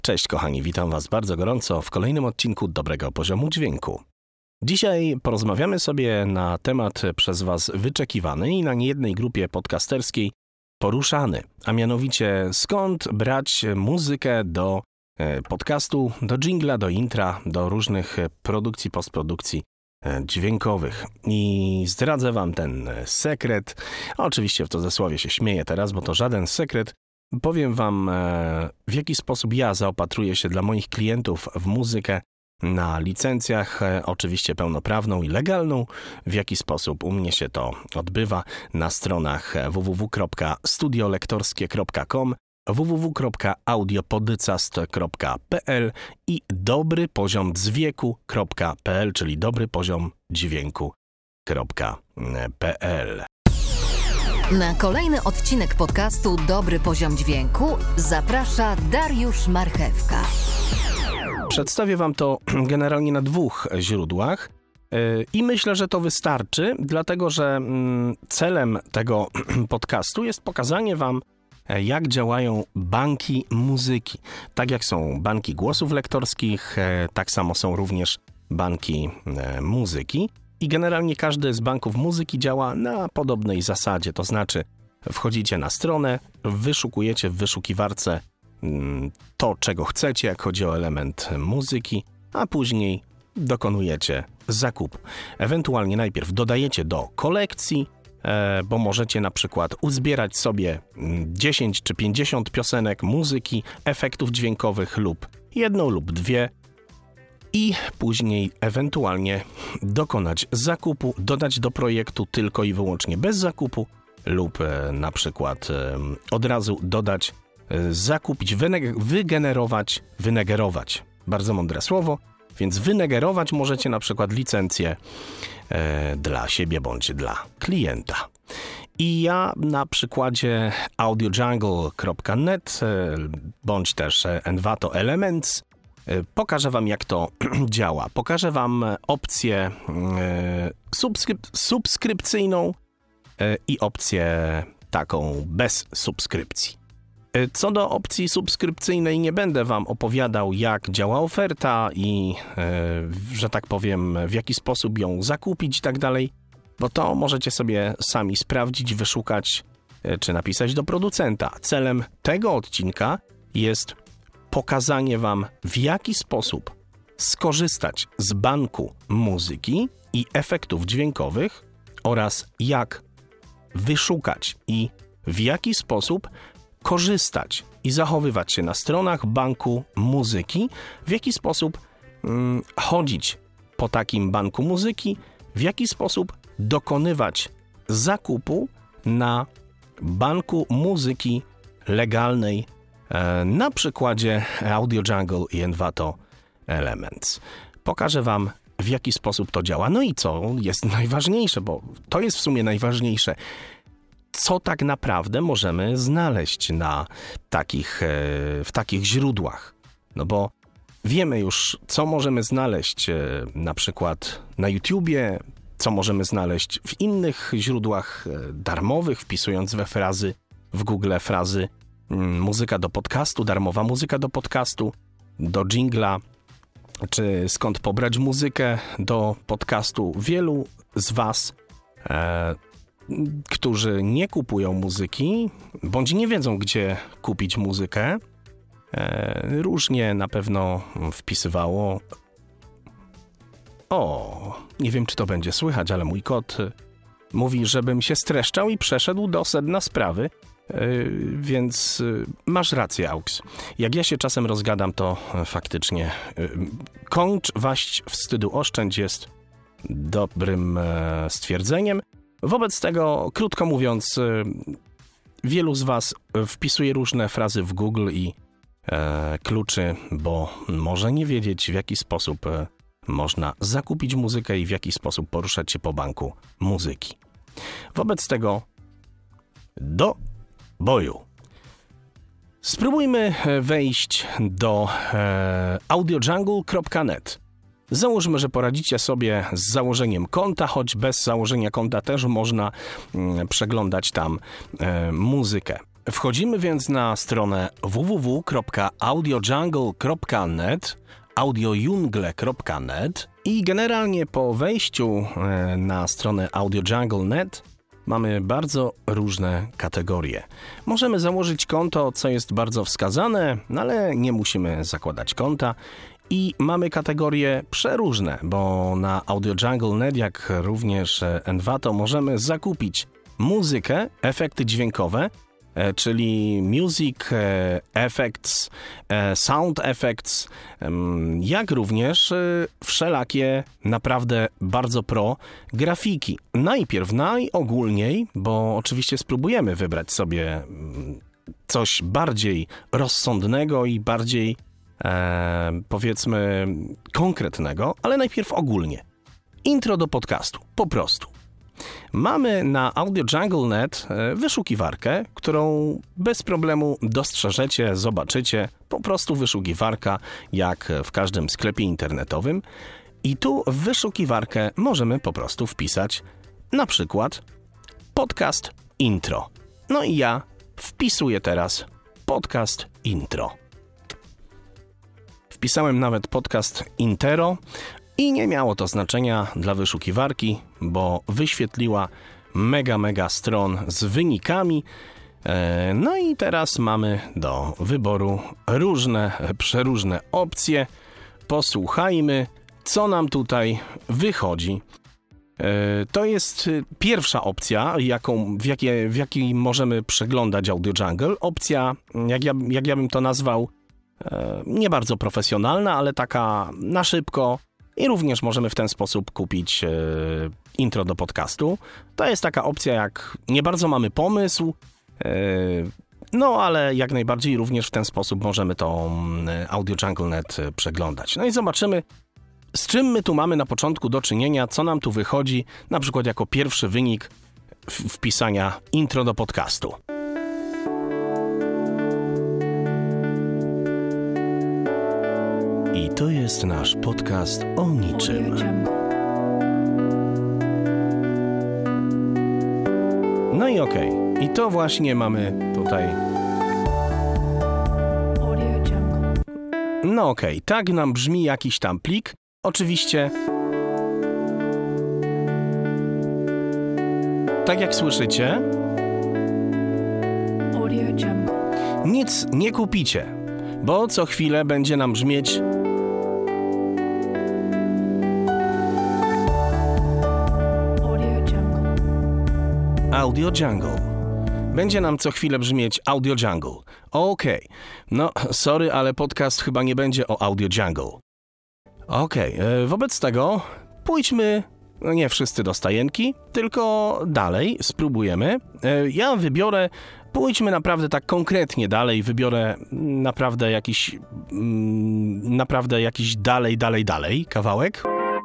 Cześć kochani, witam Was bardzo gorąco w kolejnym odcinku Dobrego Poziomu Dźwięku. Dzisiaj porozmawiamy sobie na temat przez Was wyczekiwany i na niejednej grupie podcasterskiej poruszany, a mianowicie skąd brać muzykę do podcastu, do dżingla, do intra, do różnych produkcji, postprodukcji dźwiękowych. I zdradzę Wam ten sekret. Oczywiście w cudzysłowie się śmieję teraz, bo to żaden sekret. Powiem Wam, w jaki sposób ja zaopatruję się dla moich klientów w muzykę na licencjach, oczywiście pełnoprawną i legalną, w jaki sposób u mnie się to odbywa na stronach www.studiolektorskie.com, www.audiopodycast.pl i dobrypoziomdźwięku.pl, czyli dobrypoziomdźwięku.pl. Na kolejny odcinek podcastu Dobry Poziom Dźwięku zaprasza Dariusz Marchewka. Przedstawię Wam to generalnie na dwóch źródłach i myślę, że to wystarczy, dlatego że celem tego podcastu jest pokazanie Wam, jak działają banki muzyki. Tak jak są banki głosów lektorskich, tak samo są również banki muzyki. I generalnie każdy z banków muzyki działa na podobnej zasadzie, to znaczy wchodzicie na stronę, wyszukujecie w wyszukiwarce to, czego chcecie, jak chodzi o element muzyki, a później dokonujecie zakupu. Ewentualnie najpierw dodajecie do kolekcji, bo możecie na przykład uzbierać sobie 10 czy 50 piosenek muzyki, efektów dźwiękowych lub jedną lub dwie, i później ewentualnie dokonać zakupu, dodać do projektu tylko i wyłącznie bez zakupu lub na przykład od razu dodać, zakupić, wynegerować. Bardzo mądre słowo, więc wynegerować możecie na przykład licencję dla siebie bądź dla klienta. I ja na przykładzie audiojungle.net bądź też Envato Elements pokażę Wam, jak to działa. Pokażę Wam opcję subskrypcyjną i opcję taką bez subskrypcji. Co do opcji subskrypcyjnej nie będę Wam opowiadał, jak działa oferta i, że tak powiem, w jaki sposób ją zakupić i tak dalej, bo to możecie sobie sami sprawdzić, wyszukać czy napisać do producenta. Celem tego odcinka jest pokazanie Wam, w jaki sposób skorzystać z banku muzyki i efektów dźwiękowych oraz jak wyszukać i w jaki sposób korzystać i zachowywać się na stronach banku muzyki, w jaki sposób chodzić po takim banku muzyki, w jaki sposób dokonywać zakupu na banku muzyki legalnej, na przykładzie AudioJungle i Envato Elements. Pokażę Wam, w jaki sposób to działa. No i co jest najważniejsze, bo to jest w sumie najważniejsze. Co tak naprawdę możemy znaleźć na w takich źródłach? No bo wiemy już, co możemy znaleźć na przykład na YouTubie, co możemy znaleźć w innych źródłach darmowych, wpisując w Google frazy muzyka do podcastu, darmowa muzyka do podcastu, do dżingla, czy skąd pobrać muzykę do podcastu. Wielu z Was, którzy nie kupują muzyki, bądź nie wiedzą, gdzie kupić muzykę, różnie na pewno wpisywało. Nie wiem, czy to będzie słychać, ale mój kot mówi, żebym się streszczał i przeszedł do sedna sprawy. Więc masz rację, Aux. Jak ja się czasem rozgadam, to faktycznie kończ waść wstydu oszczędź jest dobrym stwierdzeniem. Wobec tego, krótko mówiąc, wielu z Was wpisuje różne frazy w Google i kluczy, bo może nie wiedzieć, w jaki sposób można zakupić muzykę i w jaki sposób poruszać się po banku muzyki. Wobec tego do boju. Spróbujmy wejść do audiojungle.net. Załóżmy, że poradzicie sobie z założeniem konta, choć bez założenia konta też można przeglądać tam muzykę. Wchodzimy więc na stronę www.audiojungle.net, audiojungle.net i generalnie po wejściu na stronę audiojungle.net mamy bardzo różne kategorie. Możemy założyć konto, co jest bardzo wskazane, ale nie musimy zakładać konta. I mamy kategorie przeróżne, bo na audiojungle.net, jak również Envato, możemy zakupić muzykę, efekty dźwiękowe, czyli music effects, sound effects, jak również wszelakie naprawdę bardzo pro grafiki. Najpierw najogólniej, bo oczywiście spróbujemy wybrać sobie coś bardziej rozsądnego i bardziej powiedzmy konkretnego, ale najpierw ogólnie. Intro do podcastu, po prostu. Mamy na audiojungle.net wyszukiwarkę, którą bez problemu dostrzeżecie, zobaczycie. Po prostu wyszukiwarka, jak w każdym sklepie internetowym. I tu w wyszukiwarkę możemy po prostu wpisać na przykład podcast intro. No i ja wpisuję teraz podcast intro. Wpisałem nawet podcast intero i nie miało to znaczenia dla wyszukiwarki, bo wyświetliła mega stron z wynikami. No i teraz mamy do wyboru przeróżne opcje. Posłuchajmy, co nam tutaj wychodzi. To jest pierwsza opcja, w jakiej możemy przeglądać AudioJungle. Opcja, jak ja bym to nazwał, nie bardzo profesjonalna, ale taka na szybko i również możemy w ten sposób kupić intro do podcastu. To jest taka opcja, jak nie bardzo mamy pomysł, no ale jak najbardziej również w ten sposób możemy to AudioJungle.net przeglądać. No i zobaczymy, z czym my tu mamy na początku do czynienia, co nam tu wychodzi, na przykład jako pierwszy wynik wpisania intro do podcastu. I to jest nasz podcast o niczym. No i okej. I to właśnie mamy tutaj. No okej, tak nam brzmi jakiś tam plik. Oczywiście, tak jak słyszycie, nic nie kupicie, bo co chwilę będzie nam brzmieć AudioJungle. Będzie nam co chwilę brzmieć AudioJungle. Okej. No, sorry, ale podcast chyba nie będzie o AudioJungle. Okej, wobec tego pójdźmy, no nie wszyscy do stajenki, tylko dalej, spróbujemy. Ja wybiorę, pójdźmy naprawdę tak konkretnie dalej, wybiorę naprawdę jakiś dalej kawałek.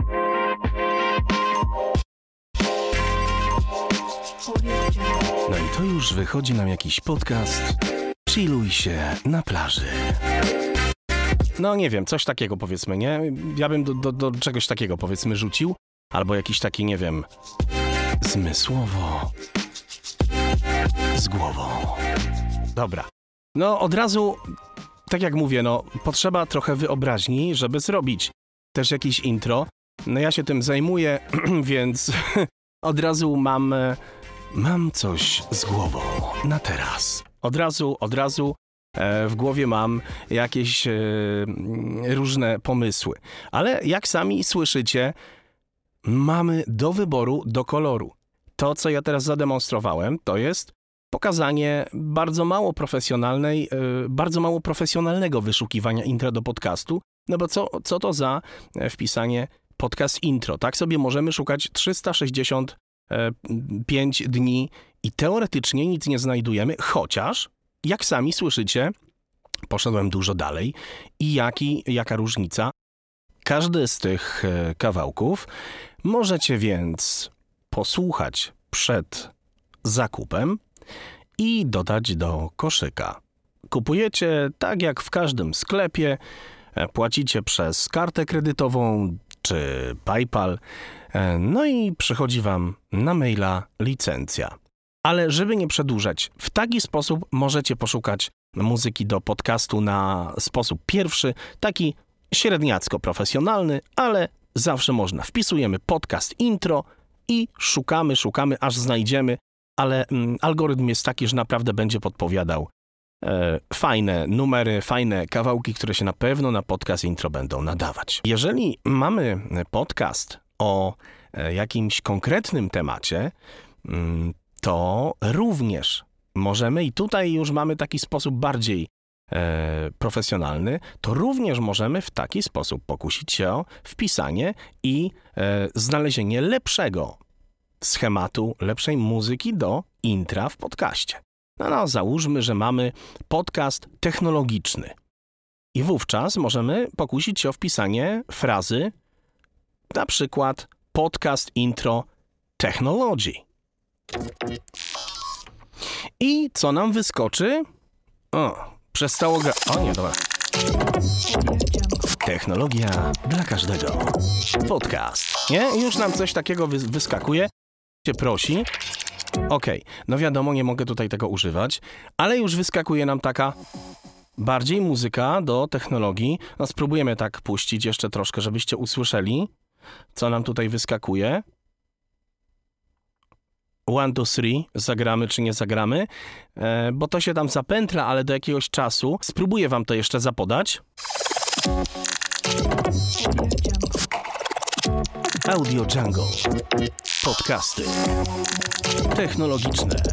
No i to już wychodzi nam jakiś podcast. Chilluj się na plaży. No nie wiem, coś takiego powiedzmy, nie? Ja bym do czegoś takiego powiedzmy rzucił. Albo jakiś taki, nie wiem, zmysłowo z głową. Dobra. No od razu, tak jak mówię, no potrzeba trochę wyobraźni, żeby zrobić też jakieś intro. No ja się tym zajmuję, więc od razu mam coś z głową na teraz. Od razu w głowie mam jakieś różne pomysły. Ale jak sami słyszycie, mamy do wyboru, do koloru. To, co ja teraz zademonstrowałem, to jest pokazanie bardzo mało profesjonalnego wyszukiwania intro do podcastu, no bo co to za wpisanie podcast intro? Tak sobie możemy szukać 365 dni i teoretycznie nic nie znajdujemy, chociaż, jak sami słyszycie, poszedłem dużo dalej i jaka różnica. Każdy z tych kawałków możecie więc posłuchać przed zakupem i dodać do koszyka. Kupujecie tak jak w każdym sklepie, płacicie przez kartę kredytową czy PayPal, no i przychodzi wam na maila licencja. Ale żeby nie przedłużać, w taki sposób możecie poszukać muzyki do podcastu na sposób pierwszy, taki średniacko profesjonalny, ale zawsze można. Wpisujemy podcast intro i szukamy, aż znajdziemy, ale algorytm jest taki, że naprawdę będzie podpowiadał fajne numery, fajne kawałki, które się na pewno na podcast intro będą nadawać. Jeżeli mamy podcast o jakimś konkretnym temacie, to również możemy, i tutaj już mamy taki sposób bardziej profesjonalny, to również możemy w taki sposób pokusić się o wpisanie i znalezienie lepszego schematu, lepszej muzyki do intra w podcaście. No, załóżmy, że mamy podcast technologiczny i wówczas możemy pokusić się o wpisanie frazy, na przykład podcast intro technology. I co nam wyskoczy? Przestało grać. Nie, dobra. Technologia dla każdego. Podcast. Nie? Już nam coś takiego wyskakuje. Cię prosi. Okej, no wiadomo, nie mogę tutaj tego używać, ale już wyskakuje nam taka bardziej muzyka do technologii. No spróbujemy tak puścić jeszcze troszkę, żebyście usłyszeli, co nam tutaj wyskakuje. 1, 2, 3, zagramy czy nie zagramy, bo to się tam zapętla, ale do jakiegoś czasu. Spróbuję wam to jeszcze zapodać. Audio Jungle. Podcasty technologiczne.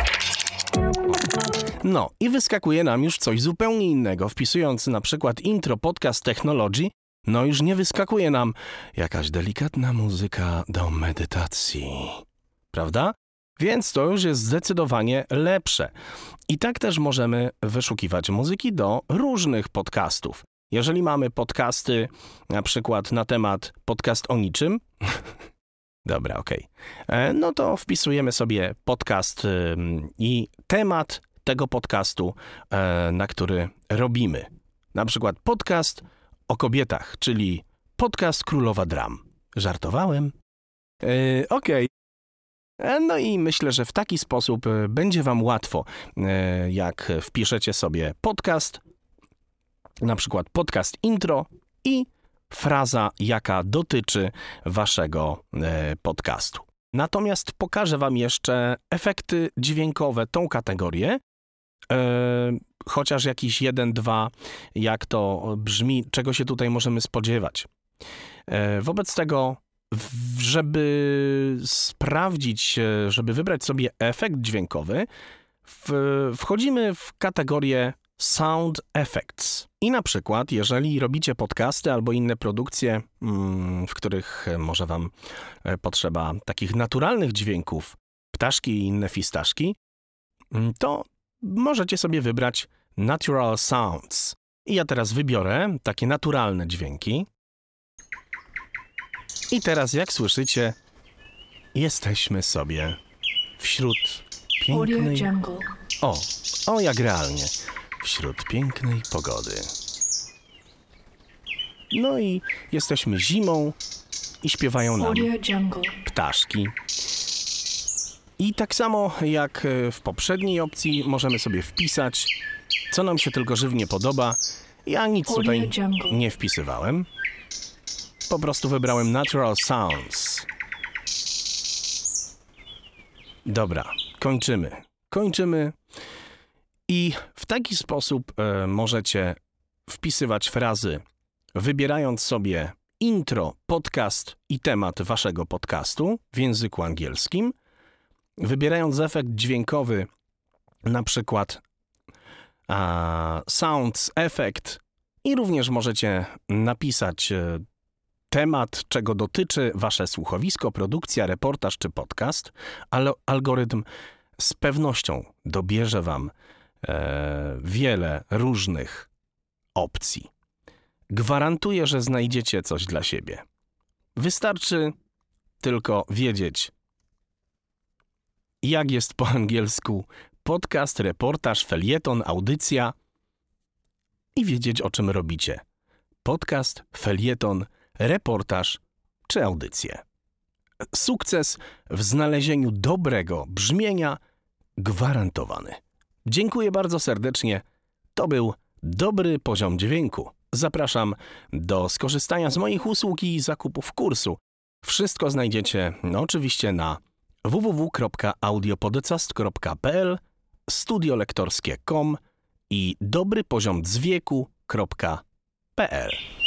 No i wyskakuje nam już coś zupełnie innego. Wpisując na przykład intro podcast technology, no już nie wyskakuje nam jakaś delikatna muzyka do medytacji. Prawda? Więc to już jest zdecydowanie lepsze. I tak też możemy wyszukiwać muzyki do różnych podcastów. Jeżeli mamy podcasty na przykład na temat podcast o niczym, dobra, okej. No to wpisujemy sobie podcast i temat tego podcastu, na który robimy. Na przykład podcast o kobietach, czyli podcast Królowa Dram. Żartowałem? Okej. No i myślę, że w taki sposób będzie wam łatwo, jak wpiszecie sobie podcast, na przykład podcast intro i fraza, jaka dotyczy waszego podcastu. Natomiast pokażę wam jeszcze efekty dźwiękowe, tą kategorię, chociaż jakiś 1, 2, jak to brzmi, czego się tutaj możemy spodziewać. Wobec tego, żeby sprawdzić, żeby wybrać sobie efekt dźwiękowy, wchodzimy w kategorię Sound Effects. I na przykład, jeżeli robicie podcasty albo inne produkcje, w których może wam potrzeba takich naturalnych dźwięków, ptaszki i inne fistaszki, to możecie sobie wybrać Natural Sounds. I ja teraz wybiorę takie naturalne dźwięki. I teraz, jak słyszycie, jesteśmy sobie wśród pięknej... O, jak realnie. Wśród pięknej pogody. No i jesteśmy zimą i śpiewają nam ptaszki. I tak samo jak w poprzedniej opcji możemy sobie wpisać, co nam się tylko żywnie podoba. Ja nic tutaj nie wpisywałem. Po prostu wybrałem Natural Sounds. Dobra, kończymy. I w taki sposób możecie wpisywać frazy, wybierając sobie intro, podcast i temat waszego podcastu w języku angielskim, wybierając efekt dźwiękowy, na przykład Sounds Effect, i również możecie napisać temat, czego dotyczy wasze słuchowisko, produkcja, reportaż czy podcast, ale algorytm z pewnością dobierze wam wiele różnych opcji. Gwarantuję, że znajdziecie coś dla siebie. Wystarczy tylko wiedzieć, jak jest po angielsku podcast, reportaż, felieton, audycja i wiedzieć, o czym robicie. Podcast, felieton, reportaż czy audycję. Sukces w znalezieniu dobrego brzmienia gwarantowany. Dziękuję bardzo serdecznie. To był Dobry Poziom Dźwięku. Zapraszam do skorzystania z moich usług i zakupów kursu. Wszystko znajdziecie oczywiście na www.audiopodcast.pl, studiolektorskie.com i dobrypoziomdzwieku.pl.